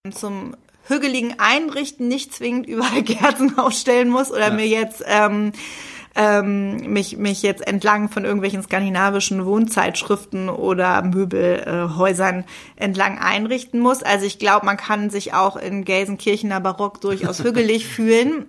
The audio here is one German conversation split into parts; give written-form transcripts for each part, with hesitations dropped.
zum hügeligen Einrichten nicht zwingend überall Kerzen aufstellen muss oder mir jetzt mich jetzt entlang von irgendwelchen skandinavischen Wohnzeitschriften oder Möbelhäusern entlang einrichten muss. Also ich glaube, man kann sich auch in Gelsenkirchener Barock durchaus hügelig fühlen.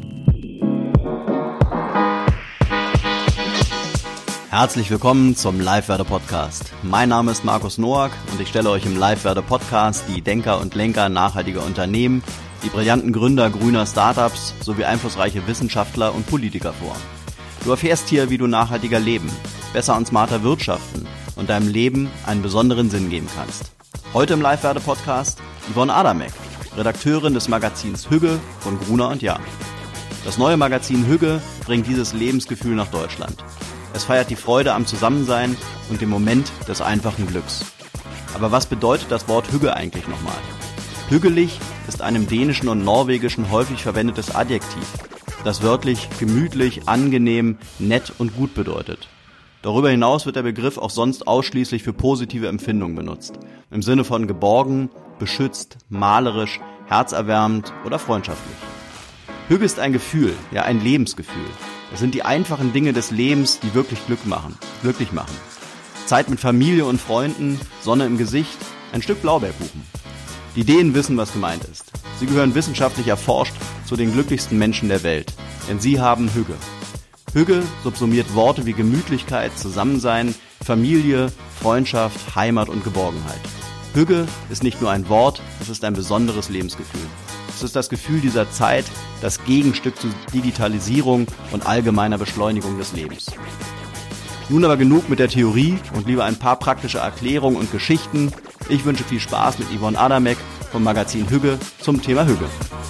Herzlich willkommen zum Live-Werde-Podcast. Mein Name ist Markus Noack und ich stelle euch im Live-Werde-Podcast die Denker und Lenker nachhaltiger Unternehmen, die brillanten Gründer grüner Startups sowie einflussreiche Wissenschaftler und Politiker vor. Du erfährst hier, wie du nachhaltiger leben, besser und smarter wirtschaften und deinem Leben einen besonderen Sinn geben kannst. Heute im Live-Werde-Podcast Yvonne Adamek, Redakteurin des Magazins Hügge von Gruner und Jahr. Das neue Magazin Hügge bringt dieses Lebensgefühl nach Deutschland. Es feiert die Freude am Zusammensein und den Moment des einfachen Glücks. Aber was bedeutet das Wort Hügge eigentlich nochmal? Hügelig ist ein im Dänischen und Norwegischen häufig verwendetes Adjektiv, das wörtlich gemütlich, angenehm, nett und gut bedeutet. Darüber hinaus wird der Begriff auch sonst ausschließlich für positive Empfindungen benutzt, im Sinne von geborgen, beschützt, malerisch, herzerwärmend oder freundschaftlich. Hügge ist ein Gefühl, ja ein Lebensgefühl. Es sind die einfachen Dinge des Lebens, die wirklich glücklich machen. Zeit mit Familie und Freunden, Sonne im Gesicht, ein Stück Blaubeerkuchen. Die Dänen wissen, was gemeint ist. Sie gehören wissenschaftlich erforscht zu den glücklichsten Menschen der Welt, denn sie haben Hügge. Hügge subsumiert Worte wie Gemütlichkeit, Zusammensein, Familie, Freundschaft, Heimat und Geborgenheit. Hügge ist nicht nur ein Wort, es ist ein besonderes Lebensgefühl. Es ist das Gefühl dieser Zeit, das Gegenstück zu Digitalisierung und allgemeiner Beschleunigung des Lebens. Nun aber genug mit der Theorie und lieber ein paar praktische Erklärungen und Geschichten. Ich wünsche viel Spaß mit Yvonne Adamek vom Magazin Hügge zum Thema Hügge.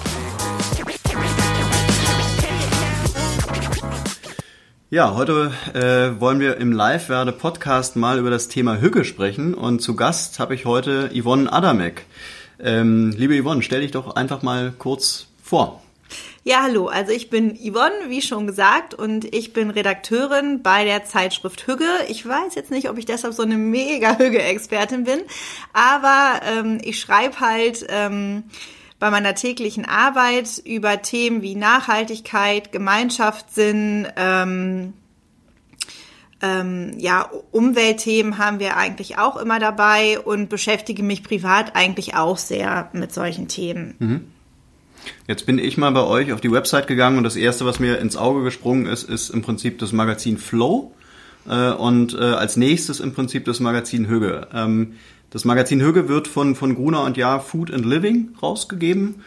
Ja, heute wollen wir im Live-Werde-Podcast mal über das Thema Hügge sprechen und zu Gast habe ich heute Yvonne Adamek. Liebe Yvonne, stell dich doch einfach mal kurz vor. Ja, hallo, also ich bin Yvonne, wie schon gesagt, und ich bin Redakteurin bei der Zeitschrift Hügge. Ich weiß jetzt nicht, ob ich deshalb so eine mega Hügge-Expertin bin, aber ich schreibe halt bei meiner täglichen Arbeit über Themen wie Nachhaltigkeit, Gemeinschaftssinn, Umweltthemen haben wir eigentlich auch immer dabei und beschäftige mich privat eigentlich auch sehr mit solchen Themen. Mhm. Jetzt bin ich mal bei euch auf die Website gegangen und das Erste, was mir ins Auge gesprungen ist im Prinzip das Magazin Flow und als nächstes im Prinzip das Magazin Hügge. Das Magazin Hügge wird von Gruner und Jahr Food and Living rausgegeben.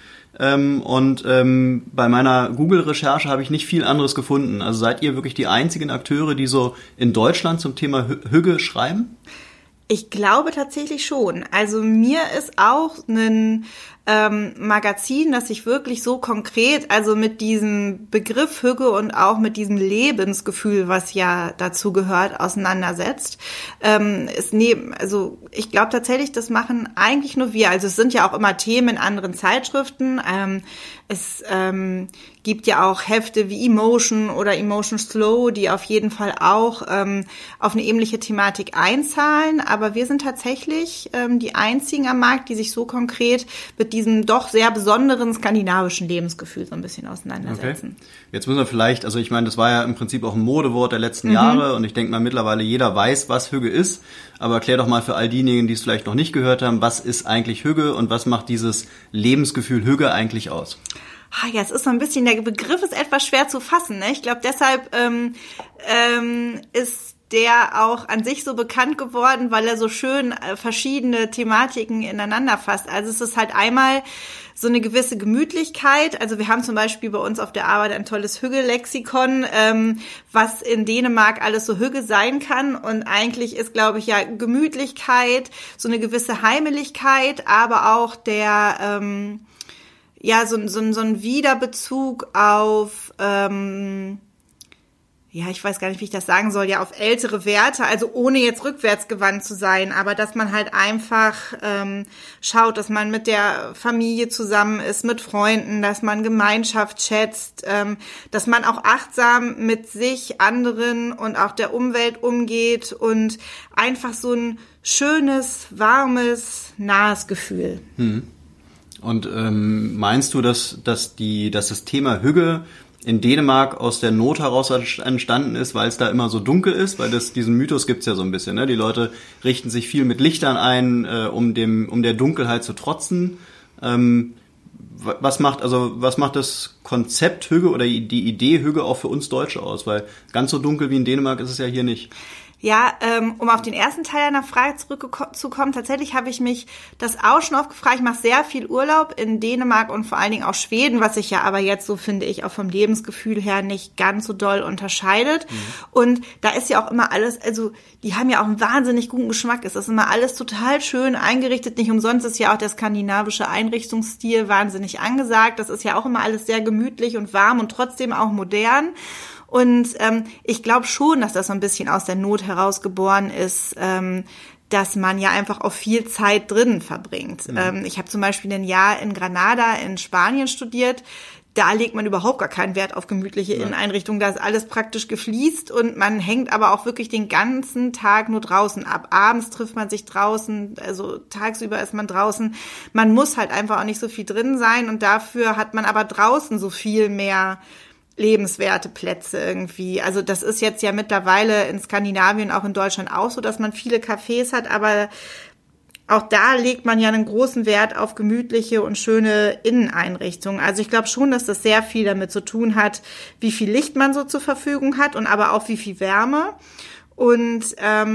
Bei meiner Google-Recherche habe ich nicht viel anderes gefunden. Also seid ihr wirklich die einzigen Akteure, die so in Deutschland zum Thema Hügge schreiben? Ich glaube tatsächlich schon. Also mir ist auch ein Magazin, das sich wirklich so konkret, also mit diesem Begriff Hügge und auch mit diesem Lebensgefühl, was ja dazu gehört, auseinandersetzt. Also ich glaube tatsächlich, das machen eigentlich nur wir. Also es sind ja auch immer Themen in anderen Zeitschriften. Es gibt ja auch Hefte wie Emotion oder Emotion Slow, die auf jeden Fall auch auf eine ähnliche Thematik einzahlen. Aber wir sind tatsächlich die einzigen am Markt, die sich so konkret mit diesem doch sehr besonderen skandinavischen Lebensgefühl so ein bisschen auseinandersetzen. Okay. Jetzt müssen wir vielleicht, also ich meine, das war ja im Prinzip auch ein Modewort der letzten Jahre und ich denke mal mittlerweile jeder weiß, was Hügge ist. Aber erklär doch mal für all diejenigen, die es vielleicht noch nicht gehört haben, was ist eigentlich Hügge und was macht dieses Lebensgefühl Hügge eigentlich aus? Ja, es ist so ein bisschen, der Begriff ist etwas schwer zu fassen, ne? Ich glaube, deshalb ist der auch an sich so bekannt geworden, weil er so schön verschiedene Thematiken ineinander fasst. Also es ist halt einmal so eine gewisse Gemütlichkeit. Also wir haben zum Beispiel bei uns auf der Arbeit ein tolles Hügge-Lexikon, was in Dänemark alles so Hügge sein kann. Und eigentlich ist, glaube ich, ja Gemütlichkeit, so eine gewisse Heimeligkeit, aber auch der so ein Wiederbezug auf ich weiß gar nicht, wie ich das sagen soll, ja, auf ältere Werte, also ohne jetzt rückwärtsgewandt zu sein, aber dass man halt einfach schaut, dass man mit der Familie zusammen ist, mit Freunden, dass man Gemeinschaft schätzt, dass man auch achtsam mit sich, anderen und auch der Umwelt umgeht und einfach so ein schönes, warmes, nahes Gefühl. Und meinst du, dass das Thema Hügge in Dänemark aus der Not heraus entstanden ist, weil es da immer so dunkel ist? Weil diesen Mythos gibt's ja so ein bisschen, ne? Die Leute richten sich viel mit Lichtern ein, um der Dunkelheit zu trotzen. Was macht das Konzept Hügge oder die Idee Hügge auch für uns Deutsche aus? Weil ganz so dunkel wie in Dänemark ist es ja hier nicht. Ja, um auf den ersten Teil deiner Frage zurückzukommen, tatsächlich habe ich mich das auch schon oft gefragt. Ich mache sehr viel Urlaub in Dänemark und vor allen Dingen auch Schweden, was sich ja aber jetzt, so finde ich, auch vom Lebensgefühl her nicht ganz so doll unterscheidet. Mhm. Und da ist ja auch immer alles, also die haben ja auch einen wahnsinnig guten Geschmack. Es ist immer alles total schön eingerichtet. Nicht umsonst ist ja auch der skandinavische Einrichtungsstil wahnsinnig angesagt. Das ist ja auch immer alles sehr gemütlich und warm und trotzdem auch modern. Und ich glaube schon, dass das so ein bisschen aus der Not herausgeboren ist, dass man ja einfach auch viel Zeit drinnen verbringt. Mhm. Ich habe zum Beispiel ein Jahr in Granada in Spanien studiert. Da legt man überhaupt gar keinen Wert auf gemütliche Inneneinrichtungen. Da ist alles praktisch gefliest und man hängt aber auch wirklich den ganzen Tag nur draußen ab. Abends trifft man sich draußen, also tagsüber ist man draußen. Man muss halt einfach auch nicht so viel drin sein und dafür hat man aber draußen so viel mehr lebenswerte Plätze irgendwie. Also das ist jetzt ja mittlerweile in Skandinavien, auch in Deutschland auch so, dass man viele Cafés hat, aber auch da legt man ja einen großen Wert auf gemütliche und schöne Inneneinrichtungen. Also ich glaube schon, dass das sehr viel damit zu tun hat, wie viel Licht man so zur Verfügung hat und aber auch wie viel Wärme. Und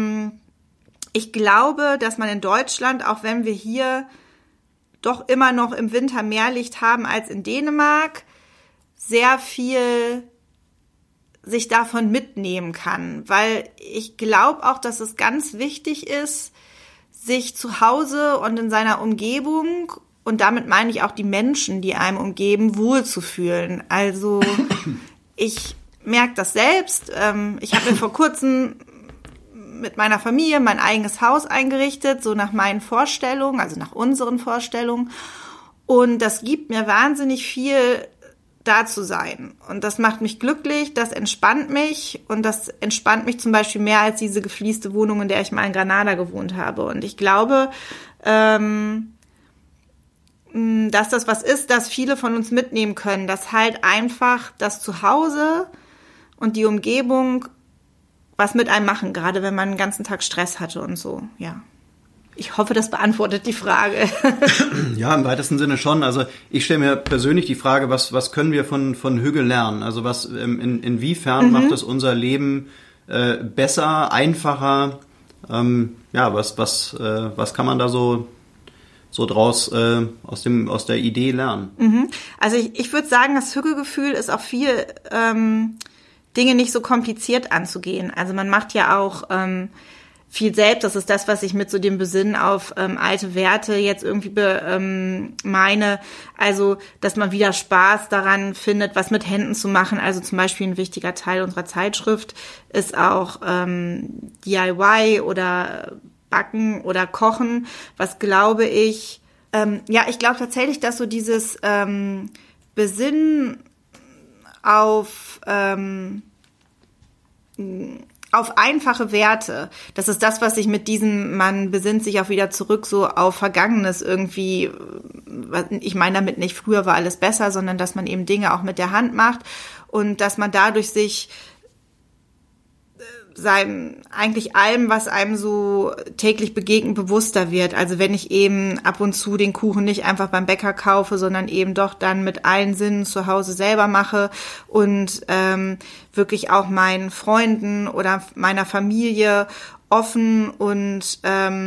ich glaube, dass man in Deutschland, auch wenn wir hier doch immer noch im Winter mehr Licht haben als in Dänemark, sehr viel sich davon mitnehmen kann, weil ich glaube auch, dass es ganz wichtig ist, sich zu Hause und in seiner Umgebung, und damit meine ich auch die Menschen, die einem umgeben, wohlzufühlen. Also ich merke das selbst. Ich habe mir vor kurzem mit meiner Familie mein eigenes Haus eingerichtet, so nach meinen Vorstellungen, also nach unseren Vorstellungen. Und das gibt mir wahnsinnig viel, da zu sein. Und das macht mich glücklich, das entspannt mich und das entspannt mich zum Beispiel mehr als diese geflieste Wohnung, in der ich mal in Granada gewohnt habe. Und ich glaube, dass das was ist, das viele von uns mitnehmen können, dass halt einfach das Zuhause und die Umgebung was mit einem machen, gerade wenn man den ganzen Tag Stress hatte und so, ja. Ich hoffe, das beantwortet die Frage. Ja, im weitesten Sinne schon. Also ich stelle mir persönlich die Frage, was können wir von Hügge lernen? Also inwiefern macht es unser Leben besser, einfacher? Was kann man da so draus aus der Idee lernen? Also ich würde sagen, das Hügge-Gefühl ist auch viel Dinge nicht so kompliziert anzugehen. Also man macht ja auch viel selbst. Das ist das, was ich mit so dem Besinnen auf alte Werte jetzt irgendwie meine. Also, dass man wieder Spaß daran findet, was mit Händen zu machen. Also zum Beispiel ein wichtiger Teil unserer Zeitschrift ist auch DIY oder Backen oder Kochen. Was glaube ich, ich glaube tatsächlich, dass so dieses Besinnen auf einfache Werte. Das ist das, was ich mit diesem, man besinnt sich auch wieder zurück so auf Vergangenes irgendwie, ich meine damit nicht, früher war alles besser, sondern dass man eben Dinge auch mit der Hand macht und dass man dadurch sich eigentlich allem, was einem so täglich begegnet, bewusster wird. Also wenn ich eben ab und zu den Kuchen nicht einfach beim Bäcker kaufe, sondern eben doch dann mit allen Sinnen zu Hause selber mache und wirklich auch meinen Freunden oder meiner Familie offen und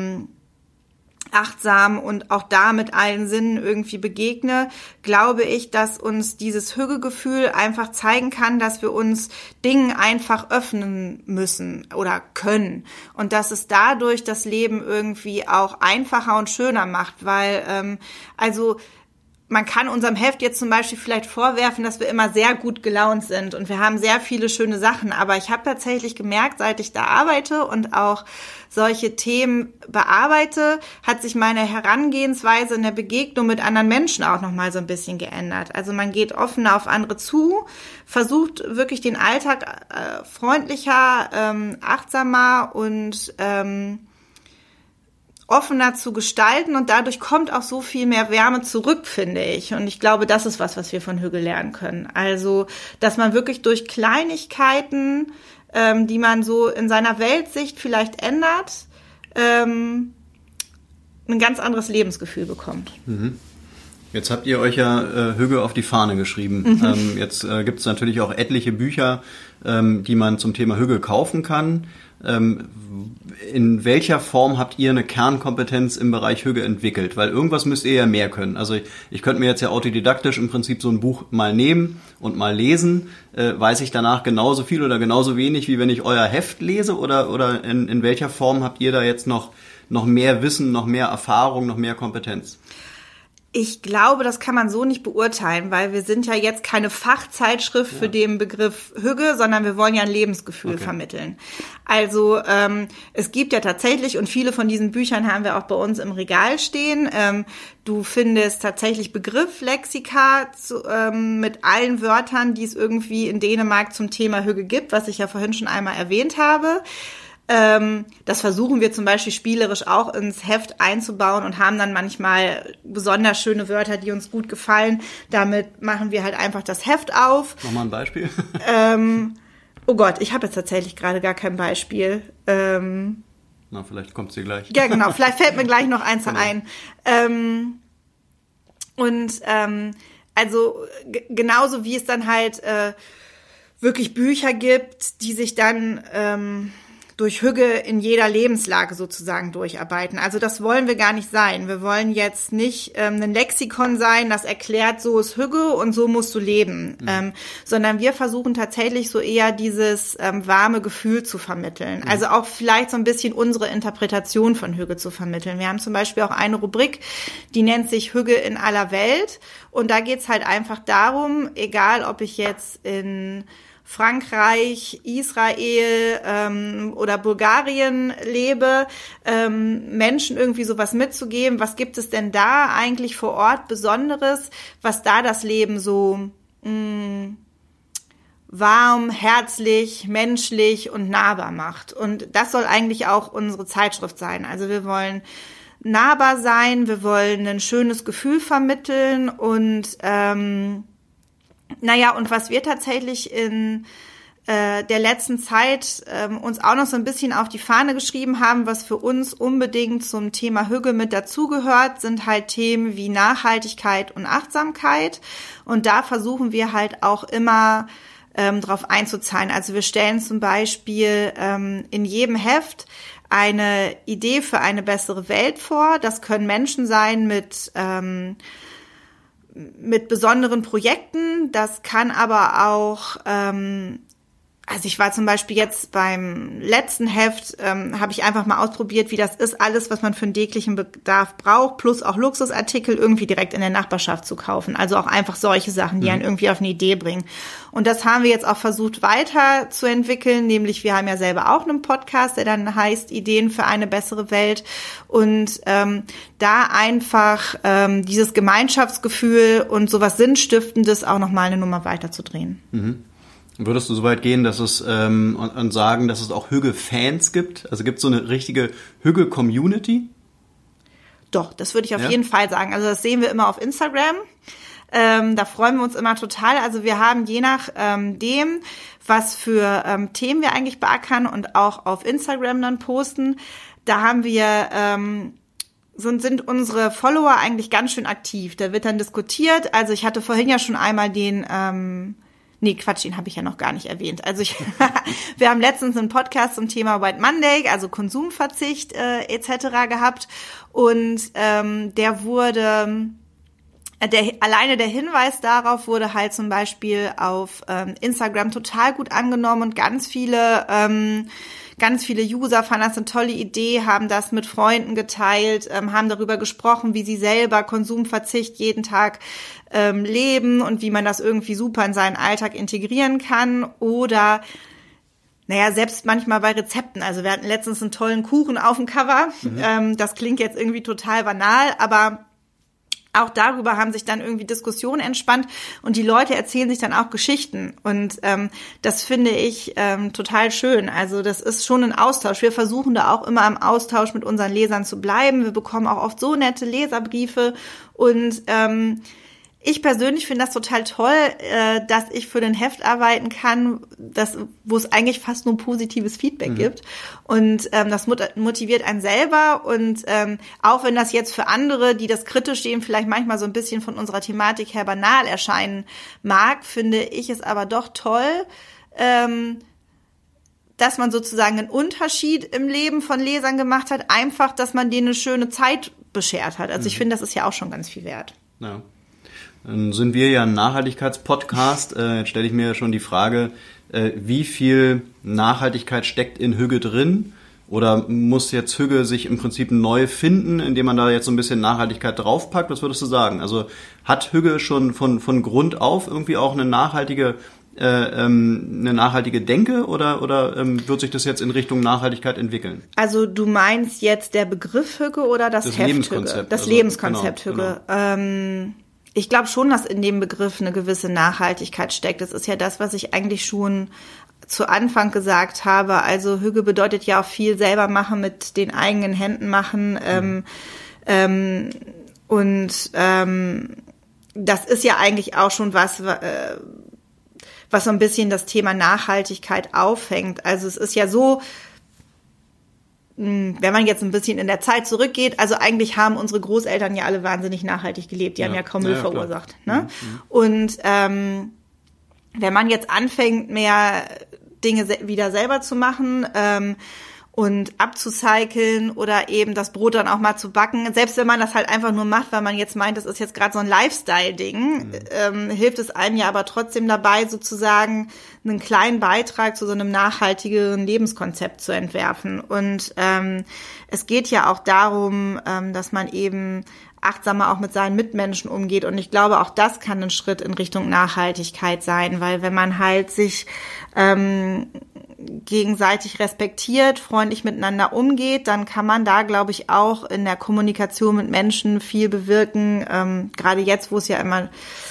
achtsam und auch da mit allen Sinnen irgendwie begegne, glaube ich, dass uns dieses Hügge-Gefühl einfach zeigen kann, dass wir uns Dingen einfach öffnen müssen oder können und dass es dadurch das Leben irgendwie auch einfacher und schöner macht, weil man kann unserem Heft jetzt zum Beispiel vielleicht vorwerfen, dass wir immer sehr gut gelaunt sind und wir haben sehr viele schöne Sachen, aber ich habe tatsächlich gemerkt, seit ich da arbeite und auch solche Themen bearbeite, hat sich meine Herangehensweise in der Begegnung mit anderen Menschen auch nochmal so ein bisschen geändert. Also man geht offener auf andere zu, versucht wirklich den Alltag freundlicher, achtsamer und offener zu gestalten und dadurch kommt auch so viel mehr Wärme zurück, finde ich. Und ich glaube, das ist was wir von Hügge lernen können. Also, dass man wirklich durch Kleinigkeiten, die man so in seiner Weltsicht vielleicht ändert, ein ganz anderes Lebensgefühl bekommt. Mhm. Jetzt habt ihr euch ja Hügge auf die Fahne geschrieben. Jetzt gibt es natürlich auch etliche Bücher, die man zum Thema Hügge kaufen kann. In welcher Form habt ihr eine Kernkompetenz im Bereich Hügge entwickelt? Weil irgendwas müsst ihr ja mehr können. Also ich könnte mir jetzt ja autodidaktisch im Prinzip so ein Buch mal nehmen und mal lesen. Weiß ich danach genauso viel oder genauso wenig, wie wenn ich euer Heft lese? Oder in welcher Form habt ihr da jetzt noch mehr Wissen, noch mehr Erfahrung, noch mehr Kompetenz? Ich glaube, das kann man so nicht beurteilen, weil wir sind ja jetzt keine Fachzeitschrift für den Begriff Hügge, sondern wir wollen ja ein Lebensgefühl vermitteln. Also es gibt ja tatsächlich, und viele von diesen Büchern haben wir auch bei uns im Regal stehen, du findest tatsächlich Begrifflexika mit allen Wörtern, die es irgendwie in Dänemark zum Thema Hügge gibt, was ich ja vorhin schon einmal erwähnt habe. Das versuchen wir zum Beispiel spielerisch auch ins Heft einzubauen und haben dann manchmal besonders schöne Wörter, die uns gut gefallen. Damit machen wir halt einfach das Heft auf. Nochmal ein Beispiel. Oh Gott, ich habe jetzt tatsächlich gerade gar kein Beispiel. Na, vielleicht kommt's dir gleich. Ja, genau, vielleicht fällt mir gleich noch eins ein. Also genauso wie es dann halt wirklich Bücher gibt, die sich dann durch Hügge in jeder Lebenslage sozusagen durcharbeiten. Also das wollen wir gar nicht sein. Wir wollen jetzt nicht ein Lexikon sein, das erklärt, so ist Hügge und so musst du leben. Sondern wir versuchen tatsächlich so eher dieses warme Gefühl zu vermitteln. Also auch vielleicht so ein bisschen unsere Interpretation von Hügge zu vermitteln. Wir haben zum Beispiel auch eine Rubrik, die nennt sich Hügge in aller Welt. Und da geht's halt einfach darum, egal ob ich jetzt in Frankreich, Israel oder Bulgarien lebe, Menschen irgendwie sowas mitzugeben. Was gibt es denn da eigentlich vor Ort Besonderes, was da das Leben so warm, herzlich, menschlich und nahbar macht? Und das soll eigentlich auch unsere Zeitschrift sein. Also wir wollen nahbar sein, wir wollen ein schönes Gefühl vermitteln und und was wir tatsächlich in der letzten Zeit uns auch noch so ein bisschen auf die Fahne geschrieben haben, was für uns unbedingt zum Thema Hügge mit dazugehört, sind halt Themen wie Nachhaltigkeit und Achtsamkeit. Und da versuchen wir halt auch immer drauf einzuzahlen. Also wir stellen zum Beispiel in jedem Heft eine Idee für eine bessere Welt vor. Das können Menschen sein mit besonderen Projekten. Das kann aber auch, also ich war zum Beispiel jetzt beim letzten Heft, habe ich einfach mal ausprobiert, wie das ist, alles, was man für den täglichen Bedarf braucht, plus auch Luxusartikel irgendwie direkt in der Nachbarschaft zu kaufen. Also auch einfach solche Sachen, die einen irgendwie auf eine Idee bringen. Und das haben wir jetzt auch versucht weiter zu entwickeln, nämlich wir haben ja selber auch einen Podcast, der dann heißt Ideen für eine bessere Welt. Und da einfach dieses Gemeinschaftsgefühl und sowas Sinnstiftendes auch nochmal eine Nummer weiterzudrehen. Mhm. Würdest du so weit gehen, dass es und sagen, dass es auch Hügge-Fans gibt? Also gibt es so eine richtige Hügge-Community? Doch, das würde ich auf jeden Fall sagen. Also das sehen wir immer auf Instagram. Da freuen wir uns immer total. Also wir haben je nach dem, was für Themen wir eigentlich beackern und auch auf Instagram dann posten, da haben wir sind unsere Follower eigentlich ganz schön aktiv. Da wird dann diskutiert. Also ich hatte vorhin ja schon einmal den den habe ich ja noch gar nicht erwähnt. Also wir haben letztens einen Podcast zum Thema White Monday, also Konsumverzicht etc. gehabt und alleine der Hinweis darauf wurde halt zum Beispiel auf Instagram total gut angenommen und ganz viele User fanden das eine tolle Idee, haben das mit Freunden geteilt, haben darüber gesprochen, wie sie selber Konsumverzicht jeden Tag leben und wie man das irgendwie super in seinen Alltag integrieren kann oder selbst manchmal bei Rezepten. Also wir hatten letztens einen tollen Kuchen auf dem Cover. Das klingt jetzt irgendwie total banal, aber auch darüber haben sich dann irgendwie Diskussionen entspannt und die Leute erzählen sich dann auch Geschichten und das finde ich total schön. Also das ist schon ein Austausch. Wir versuchen da auch immer im Austausch mit unseren Lesern zu bleiben. Wir bekommen auch oft so nette Leserbriefe und ich persönlich finde das total toll, dass ich für den Heft arbeiten kann, wo es eigentlich fast nur positives Feedback gibt. Und das motiviert einen selber. Und auch wenn das jetzt für andere, die das kritisch sehen, vielleicht manchmal so ein bisschen von unserer Thematik her banal erscheinen mag, finde ich es aber doch toll, dass man sozusagen einen Unterschied im Leben von Lesern gemacht hat. Einfach, dass man denen eine schöne Zeit beschert hat. Also ich finde, das ist ja auch schon ganz viel wert. Ja. Dann sind wir ja ein Nachhaltigkeitspodcast. Jetzt stelle ich mir schon die Frage, wie viel Nachhaltigkeit steckt in Hügge drin? Oder muss jetzt Hügge sich im Prinzip neu finden, indem man da jetzt so ein bisschen Nachhaltigkeit draufpackt? Was würdest du sagen? Also hat Hügge schon von Grund auf irgendwie auch eine nachhaltige Denke oder wird sich das jetzt in Richtung Nachhaltigkeit entwickeln? Also du meinst jetzt der Begriff Hügge oder das Heft Hügge? Das Lebenskonzept Hügge. Genau. Ich glaube schon, dass in dem Begriff eine gewisse Nachhaltigkeit steckt. Das ist ja das, was ich eigentlich schon zu Anfang gesagt habe. Also Hügge bedeutet ja auch viel selber machen, mit den eigenen Händen machen. Das ist ja eigentlich auch schon was so ein bisschen das Thema Nachhaltigkeit auffängt. Also es ist ja so, wenn man jetzt ein bisschen in der Zeit zurückgeht, also eigentlich haben unsere Großeltern ja alle wahnsinnig nachhaltig gelebt. Die haben ja kaum Müll verursacht. Ne? Und wenn man jetzt anfängt, mehr Dinge wieder selber zu machen und abzucyceln oder eben das Brot dann auch mal zu backen, selbst wenn man das halt einfach nur macht, weil man jetzt meint, das ist jetzt gerade so ein Lifestyle-Ding, hilft es einem ja aber trotzdem dabei, sozusagen einen kleinen Beitrag zu so einem nachhaltigeren Lebenskonzept zu entwerfen. Und es geht ja auch darum, dass man eben achtsamer auch mit seinen Mitmenschen umgeht. Und ich glaube, auch das kann ein Schritt in Richtung Nachhaltigkeit sein, weil wenn man halt sich gegenseitig respektiert, freundlich miteinander umgeht, dann kann man da, glaube ich, auch in der Kommunikation mit Menschen viel bewirken. Gerade jetzt, wo es ja immer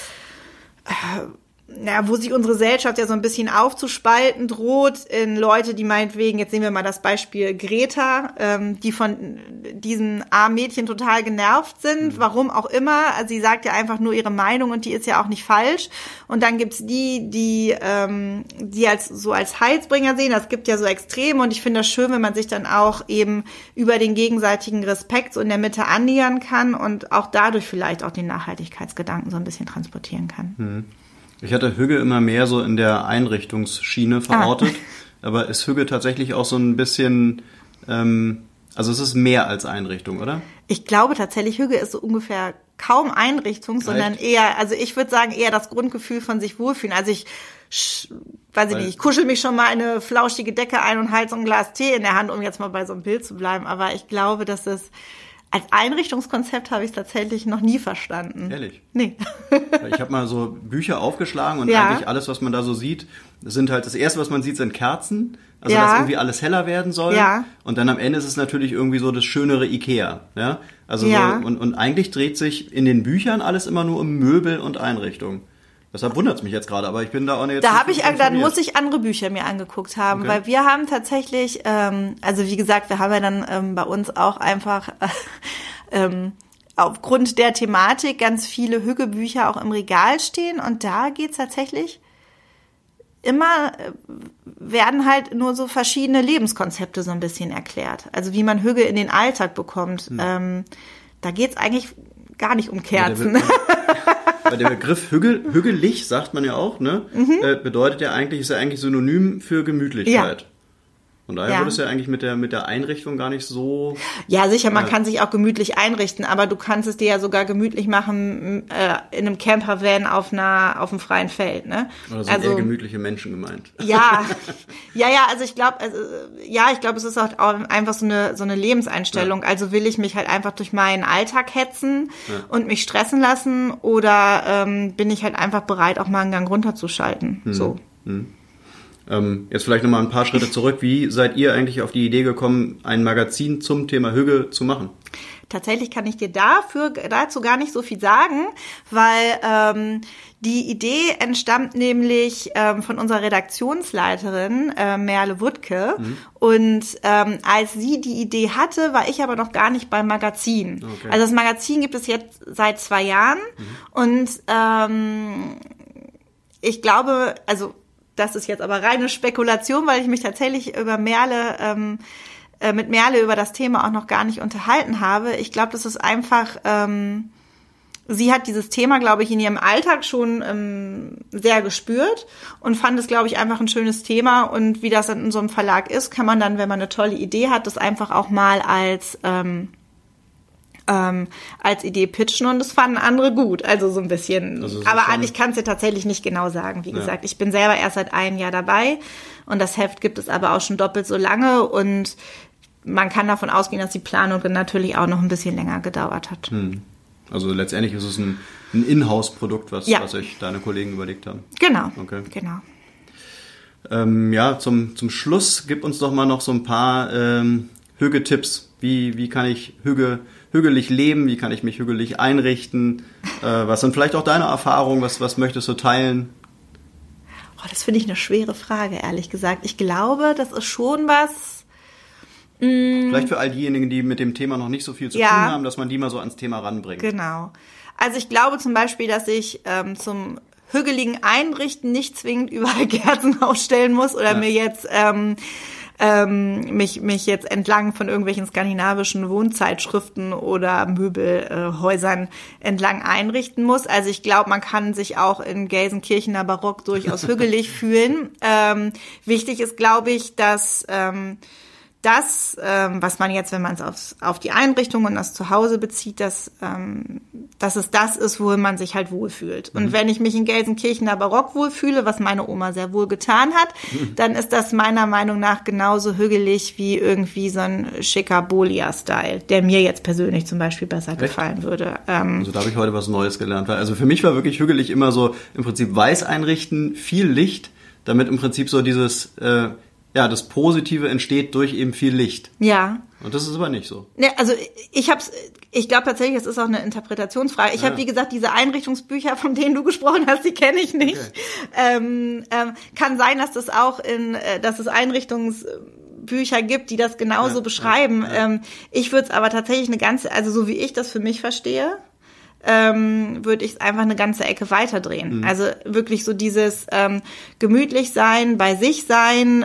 wo sich unsere Gesellschaft ja so ein bisschen aufzuspalten droht in Leute, die meinetwegen, jetzt nehmen wir mal das Beispiel Greta, die von diesen armen Mädchen total genervt sind, warum auch immer. Also sie sagt ja einfach nur ihre Meinung und die ist ja auch nicht falsch. Und dann gibt's die als Heilsbringer sehen. Das gibt ja so Extreme und ich finde das schön, wenn man sich dann auch eben über den gegenseitigen Respekt so in der Mitte annähern kann und auch dadurch vielleicht auch den Nachhaltigkeitsgedanken so ein bisschen transportieren kann. Ich hatte Hügge immer mehr so in der Einrichtungsschiene verortet, aber ist Hügge tatsächlich auch so ein bisschen, also es ist mehr als Einrichtung, oder? Ich glaube tatsächlich, Hügge ist so ungefähr kaum Einrichtung, sondern eher, also ich würde sagen, eher das Grundgefühl von sich wohlfühlen. Also ich kuschel mich schon mal eine flauschige Decke ein und halte so ein Glas Tee in der Hand, um jetzt mal bei so einem Bild zu bleiben, aber ich glaube, dass es als Einrichtungskonzept habe ich es tatsächlich noch nie verstanden. Ehrlich? Nee. Ich habe mal so Bücher aufgeschlagen und eigentlich alles, was man da so sieht, sind halt, das Erste, was man sieht, sind Kerzen. Also, dass irgendwie alles heller werden soll. Ja. Und dann am Ende ist es natürlich irgendwie so das schönere Ikea. Ja? Also so, und eigentlich dreht sich in den Büchern alles immer nur um Möbel und Einrichtung. Deshalb wundert es mich jetzt gerade, aber ich bin da auch nicht. Dann muss ich andere Bücher mir angeguckt haben, weil wir haben tatsächlich, also wie gesagt, wir haben ja dann bei uns auch einfach aufgrund der Thematik ganz viele Hügge-Bücher auch im Regal stehen und da geht's tatsächlich immer, werden halt nur so verschiedene Lebenskonzepte so ein bisschen erklärt. Also wie man Hügge in den Alltag bekommt. Da geht's eigentlich gar nicht um Kerzen. Bei der Begriff hügelig, sagt man ja auch, ne? Bedeutet ja eigentlich, ist ja eigentlich synonym für Gemütlichkeit. Ja. Von daher würde es ja eigentlich mit der Einrichtung gar nicht so... Ja, sicher, man kann sich auch gemütlich einrichten, aber du kannst es dir ja sogar gemütlich machen in einem Campervan auf einem freien Feld, ne? Oder sind eher gemütliche Menschen gemeint? Ja, also ich glaube, es ist auch einfach so eine Lebenseinstellung. Ja. Also will ich mich halt einfach durch meinen Alltag hetzen und mich stressen lassen oder bin ich halt einfach bereit, auch mal einen Gang runterzuschalten, so. Jetzt vielleicht nochmal ein paar Schritte zurück. Wie seid ihr eigentlich auf die Idee gekommen, ein Magazin zum Thema Hügge zu machen? Tatsächlich kann ich dir dazu gar nicht so viel sagen, weil die Idee entstammt nämlich von unserer Redaktionsleiterin Merle Wuttke. Und als sie die Idee hatte, war ich aber noch gar nicht beim Magazin. Okay. Also das Magazin gibt es jetzt seit 2 Jahren und ich glaube, also das ist jetzt aber reine Spekulation, weil ich mich tatsächlich mit Merle über das Thema auch noch gar nicht unterhalten habe. Ich glaube, das ist einfach, sie hat dieses Thema, glaube ich, in ihrem Alltag schon sehr gespürt und fand es, glaube ich, einfach ein schönes Thema. Und wie das dann in so einem Verlag ist, kann man dann, wenn man eine tolle Idee hat, das einfach auch mal als Idee pitchen und das fanden andere gut, also so ein bisschen. Also aber ich kann es dir tatsächlich nicht genau sagen. Wie gesagt, ich bin selber erst seit 1 Jahr dabei und das Heft gibt es aber auch schon doppelt so lange und man kann davon ausgehen, dass die Planung dann natürlich auch noch ein bisschen länger gedauert hat. Also letztendlich ist es ein Inhouse-Produkt, was euch deine Kollegen überlegt haben. Genau, okay. Genau. Zum Schluss gib uns doch mal noch so ein paar Hügge-Tipps. Wie kann ich hügelig leben? Wie kann ich mich hügelig einrichten? Was sind vielleicht auch deine Erfahrungen? Was möchtest du teilen? Das finde ich eine schwere Frage, ehrlich gesagt. Ich glaube, das ist schon was... Vielleicht für all diejenigen, die mit dem Thema noch nicht so viel zu tun haben, dass man die mal so ans Thema ranbringt. Genau. Also ich glaube zum Beispiel, dass ich zum hügeligen Einrichten nicht zwingend überall Kerzen aufstellen muss oder mir jetzt mich jetzt entlang von irgendwelchen skandinavischen Wohnzeitschriften oder Möbelhäusern entlang einrichten muss. Also ich glaube, man kann sich auch in Gelsenkirchener Barock durchaus hügelig fühlen. Wichtig ist, glaube ich, dass das, was man jetzt, wenn man es auf die Einrichtung und das Zuhause bezieht, dass es das ist, wo man sich halt wohlfühlt. Und wenn ich mich in Gelsenkirchener Barock wohlfühle, was meine Oma sehr wohl getan hat, dann ist das meiner Meinung nach genauso hügelig wie irgendwie so ein schicker Bolia-Style, der mir jetzt persönlich zum Beispiel besser gefallen würde. Also da habe ich heute was Neues gelernt. Also für mich war wirklich hügelig immer so im Prinzip weiß einrichten, viel Licht, damit im Prinzip so dieses... das Positive entsteht durch eben viel Licht. Ja. Und das ist aber nicht so. Ne, also ich glaube tatsächlich, es ist auch eine Interpretationsfrage. Ich habe, wie gesagt, diese Einrichtungsbücher, von denen du gesprochen hast, die kenne ich nicht. Okay. Kann sein, dass dass es Einrichtungsbücher gibt, die das genauso beschreiben. Ja. Ich würde es aber tatsächlich so wie ich das für mich verstehe, würde ich es einfach eine ganze Ecke weiterdrehen. Also wirklich so dieses gemütlich sein, bei sich sein,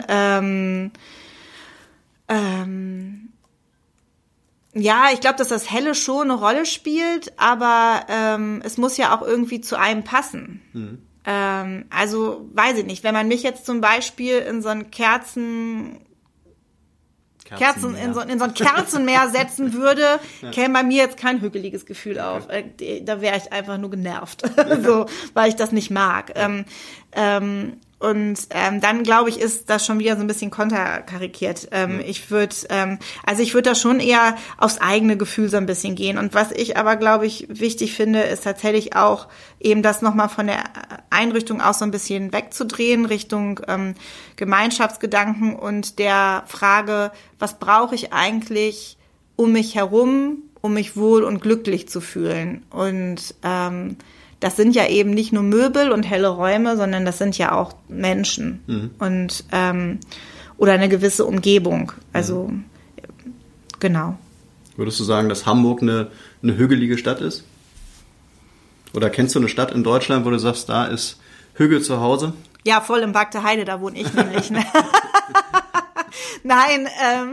ich glaube, dass das Helle schon eine Rolle spielt, aber es muss ja auch irgendwie zu einem passen. Also weiß ich nicht, wenn man mich jetzt zum Beispiel in so ein Kerzen in so ein Kerzenmeer setzen würde, käme bei mir jetzt kein hügeliges Gefühl auf. Da wäre ich einfach nur genervt, so, weil ich das nicht mag. Dann glaube ich, ist das schon wieder so ein bisschen konterkarikiert. Ich würde da schon eher aufs eigene Gefühl so ein bisschen gehen. Und was ich aber, glaube ich, wichtig finde, ist tatsächlich auch eben das nochmal von der Einrichtung aus so ein bisschen wegzudrehen, Richtung Gemeinschaftsgedanken und der Frage, was brauche ich eigentlich um mich herum, um mich wohl und glücklich zu fühlen? Und das sind ja eben nicht nur Möbel und helle Räume, sondern das sind ja auch Menschen und oder eine gewisse Umgebung. Also genau. Würdest du sagen, dass Hamburg eine hügelige Stadt ist? Oder kennst du eine Stadt in Deutschland, wo du sagst, da ist Hügel zu Hause? Ja, voll im Bagde Heide, da wohne ich nämlich. Ne? Nein,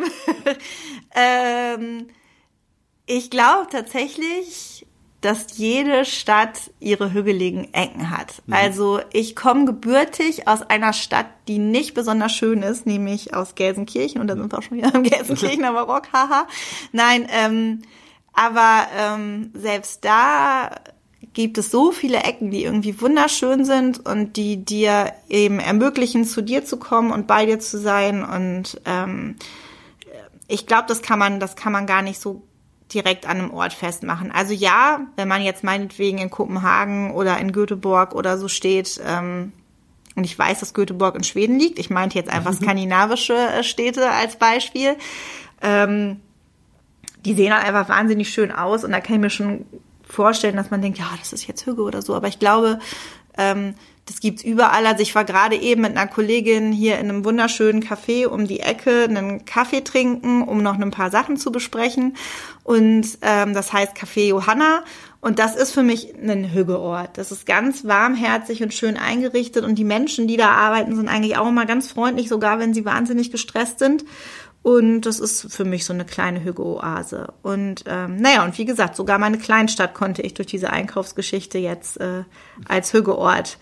ich glaube tatsächlich, dass jede Stadt ihre hügeligen Ecken hat. Also ich komme gebürtig aus einer Stadt, die nicht besonders schön ist, nämlich aus Gelsenkirchen. Und da sind wir auch schon wieder im Gelsenkirchener Barock, haha. Nein, aber selbst da gibt es so viele Ecken, die irgendwie wunderschön sind und die dir eben ermöglichen, zu dir zu kommen und bei dir zu sein. Und ich glaube, das kann man gar nicht so direkt an einem Ort festmachen. Also ja, wenn man jetzt meinetwegen in Kopenhagen oder in Göteborg oder so steht, Und ich weiß, dass Göteborg in Schweden liegt. Ich meinte jetzt einfach skandinavische Städte als Beispiel. Die sehen halt einfach wahnsinnig schön aus. Und da kann ich mir schon vorstellen, dass man denkt, ja, das ist jetzt Hügge oder so. Aber ich glaube, das gibt's überall. Also ich war gerade eben mit einer Kollegin hier in einem wunderschönen Café um die Ecke einen Kaffee trinken, um noch ein paar Sachen zu besprechen. Und das heißt Café Johanna. Und das ist für mich ein Hüggeort. Das ist ganz warmherzig und schön eingerichtet. Und die Menschen, die da arbeiten, sind eigentlich auch immer ganz freundlich, sogar wenn sie wahnsinnig gestresst sind. Und das ist für mich so eine kleine Hügge-Oase. Und und wie gesagt, sogar meine Kleinstadt konnte ich durch diese Einkaufsgeschichte jetzt als Hüggeort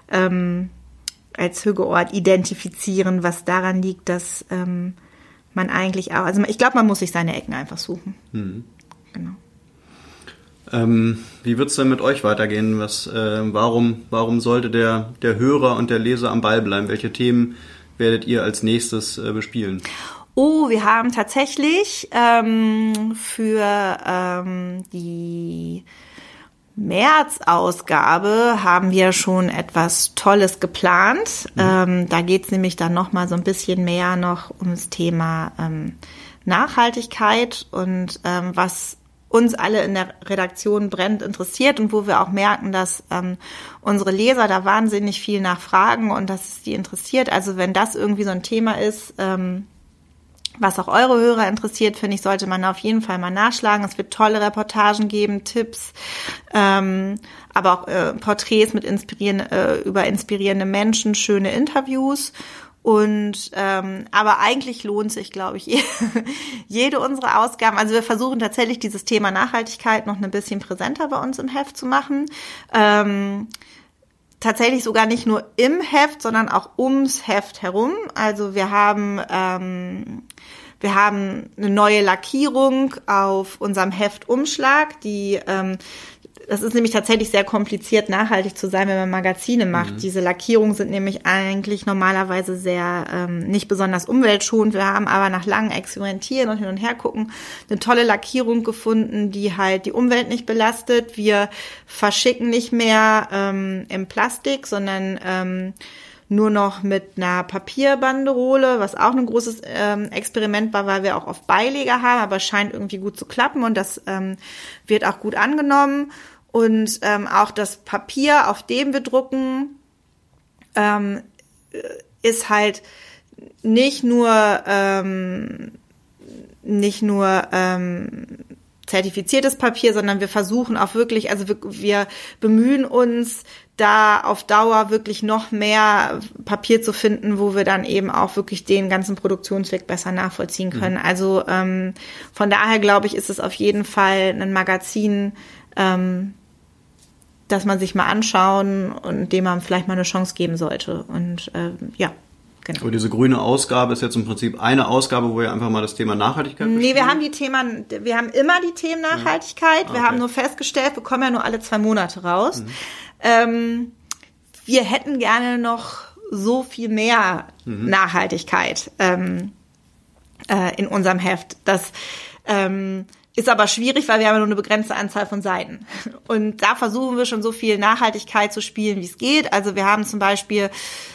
identifizieren, was daran liegt, dass man eigentlich auch, also ich glaube, man muss sich seine Ecken einfach suchen. Mhm. Genau. Wie wird's denn mit euch weitergehen? Warum sollte der Hörer und der Leser am Ball bleiben? Welche Themen werdet ihr als nächstes bespielen? Oh, wir haben tatsächlich für die März-Ausgabe haben wir schon etwas Tolles geplant. Da geht's nämlich dann noch mal so ein bisschen mehr noch ums Thema Nachhaltigkeit und was uns alle in der Redaktion brennend interessiert und wo wir auch merken, dass unsere Leser da wahnsinnig viel nachfragen und dass es die interessiert. Also wenn das irgendwie so ein Thema ist, was auch eure Hörer interessiert, finde ich, sollte man auf jeden Fall mal nachschlagen. Es wird tolle Reportagen geben, Tipps, aber auch Porträts mit über inspirierende Menschen, schöne Interviews. Und aber eigentlich lohnt sich, glaube ich, jede unserer Ausgaben. Also wir versuchen tatsächlich dieses Thema Nachhaltigkeit noch ein bisschen präsenter bei uns im Heft zu machen. Tatsächlich sogar nicht nur im Heft, sondern auch ums Heft herum. Also wir haben eine neue Lackierung auf unserem Heftumschlag, das ist nämlich tatsächlich sehr kompliziert, nachhaltig zu sein, wenn man Magazine macht. Diese Lackierungen sind nämlich eigentlich normalerweise sehr nicht besonders umweltschonend. Wir haben aber nach langem Experimentieren und hin und her gucken eine tolle Lackierung gefunden, die halt die Umwelt nicht belastet. Wir verschicken nicht mehr im Plastik, sondern nur noch mit einer Papierbanderole, was auch ein großes Experiment war, weil wir auch oft Beileger haben, aber es scheint irgendwie gut zu klappen und das wird auch gut angenommen. Und auch das Papier, auf dem wir drucken, ist halt nicht nur zertifiziertes Papier, sondern wir versuchen auch wirklich, also wir bemühen uns, da auf Dauer wirklich noch mehr Papier zu finden, wo wir dann eben auch wirklich den ganzen Produktionsweg besser nachvollziehen können. Also von daher glaube ich, ist es auf jeden Fall ein Magazin, das man sich mal anschauen und dem man vielleicht mal eine Chance geben sollte. Und genau. Aber diese grüne Ausgabe ist jetzt im Prinzip eine Ausgabe, wo ihr einfach mal das Thema Nachhaltigkeit bespielt? Nee, wir haben immer die Themen Nachhaltigkeit. Wir haben nur festgestellt, wir kommen ja nur alle 2 Monate raus. Wir hätten gerne noch so viel mehr Nachhaltigkeit in unserem Heft. Das ist aber schwierig, weil wir haben ja nur eine begrenzte Anzahl von Seiten. Und da versuchen wir schon so viel Nachhaltigkeit zu spielen, wie es geht. Also wir haben zum Beispiel,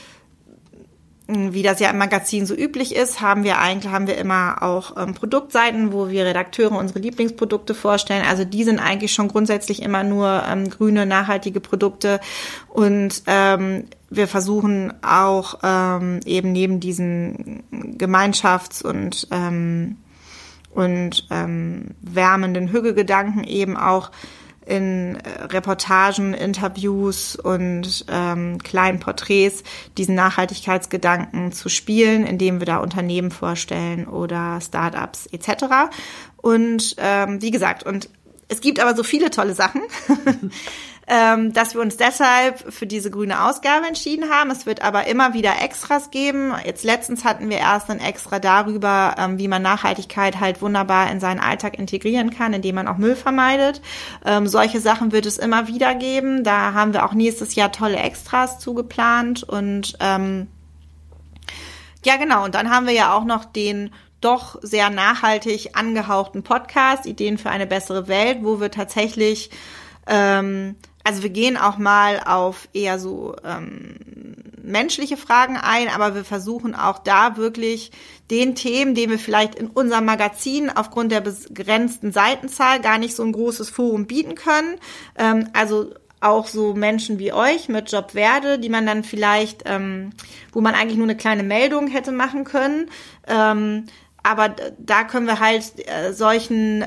wie das ja im Magazin so üblich ist, haben wir immer auch Produktseiten, wo wir Redakteure unsere Lieblingsprodukte vorstellen. Also die sind eigentlich schon grundsätzlich immer nur grüne, nachhaltige Produkte. Und wir versuchen auch eben neben diesen Gemeinschafts- und wärmenden Hügge-Gedanken eben auch in Reportagen, Interviews und kleinen Porträts diesen Nachhaltigkeitsgedanken zu spielen, indem wir da Unternehmen vorstellen oder Startups etc. Und wie gesagt, und es gibt aber so viele tolle Sachen, dass wir uns deshalb für diese grüne Ausgabe entschieden haben. Es wird aber immer wieder Extras geben. Jetzt letztens hatten wir erst ein Extra darüber, wie man Nachhaltigkeit halt wunderbar in seinen Alltag integrieren kann, indem man auch Müll vermeidet. Solche Sachen wird es immer wieder geben. Da haben wir auch nächstes Jahr tolle Extras zugeplant. Und ja, genau. Und dann haben wir ja auch noch den doch sehr nachhaltig angehauchten Podcast Ideen für eine bessere Welt, wo wir tatsächlich also wir gehen auch mal auf eher so menschliche Fragen ein, aber wir versuchen auch da wirklich den Themen, denen wir vielleicht in unserem Magazin aufgrund der begrenzten Seitenzahl gar nicht so ein großes Forum bieten können. Also auch so Menschen wie euch mit Jobverde, die man dann vielleicht, wo man eigentlich nur eine kleine Meldung hätte machen können. Aber da können wir halt solchen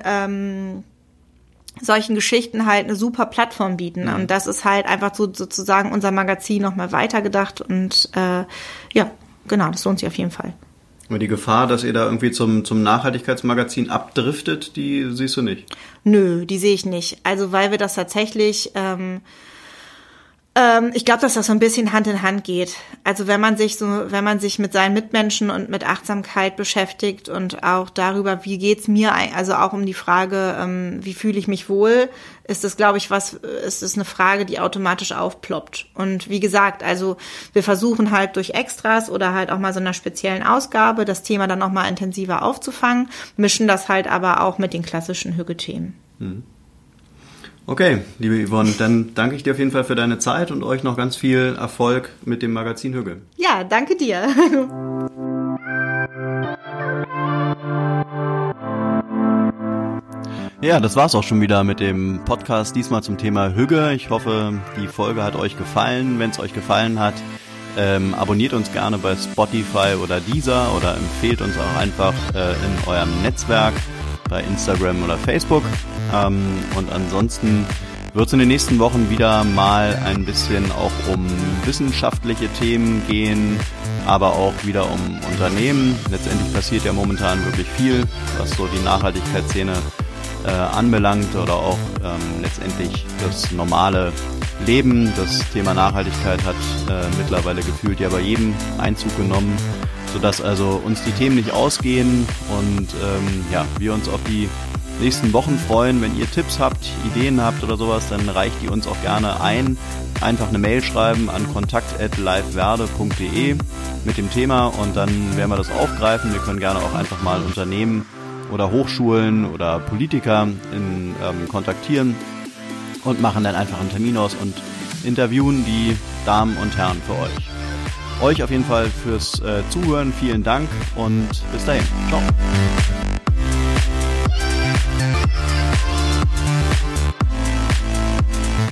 Geschichten halt eine super Plattform bieten. Und das ist halt einfach so sozusagen unser Magazin nochmal weitergedacht. Und ja, genau, das lohnt sich auf jeden Fall. Aber die Gefahr, dass ihr da irgendwie zum Nachhaltigkeitsmagazin abdriftet, die siehst du nicht? Nö, die sehe ich nicht. Also weil wir das tatsächlich, ich glaube, dass das so ein bisschen Hand in Hand geht. Also wenn man sich mit seinen Mitmenschen und mit Achtsamkeit beschäftigt und auch darüber, wie geht's mir, also auch um die Frage, wie fühle ich mich wohl, ist das, glaube ich, ist das eine Frage, die automatisch aufploppt. Und wie gesagt, also wir versuchen halt durch Extras oder halt auch mal so einer speziellen Ausgabe das Thema dann nochmal intensiver aufzufangen, mischen das halt aber auch mit den klassischen Hüge-Themen. Okay, liebe Yvonne, dann danke ich dir auf jeden Fall für deine Zeit und euch noch ganz viel Erfolg mit dem Magazin Hüge. Ja, danke dir. Ja, das war's auch schon wieder mit dem Podcast, diesmal zum Thema Hüge. Ich hoffe, die Folge hat euch gefallen. Wenn es euch gefallen hat, abonniert uns gerne bei Spotify oder Deezer oder empfehlt uns auch einfach in eurem Netzwerk bei Instagram oder Facebook. Und ansonsten wird es in den nächsten Wochen wieder mal ein bisschen auch um wissenschaftliche Themen gehen, aber auch wieder um Unternehmen. Letztendlich passiert ja momentan wirklich viel, was so die Nachhaltigkeitsszene anbelangt oder auch letztendlich das normale Leben. Das Thema Nachhaltigkeit hat mittlerweile gefühlt ja bei jedem Einzug genommen, sodass also uns die Themen nicht ausgehen und wir uns auf die nächsten Wochen freuen. Wenn ihr Tipps habt, Ideen habt oder sowas, dann reicht die uns auch gerne ein. Einfach eine Mail schreiben an kontakt@liveverde.de mit dem Thema und dann werden wir das aufgreifen. Wir können gerne auch einfach mal Unternehmen oder Hochschulen oder Politiker kontaktieren und machen dann einfach einen Termin aus und interviewen die Damen und Herren für euch. Euch auf jeden Fall fürs Zuhören, vielen Dank und bis dahin. Ciao.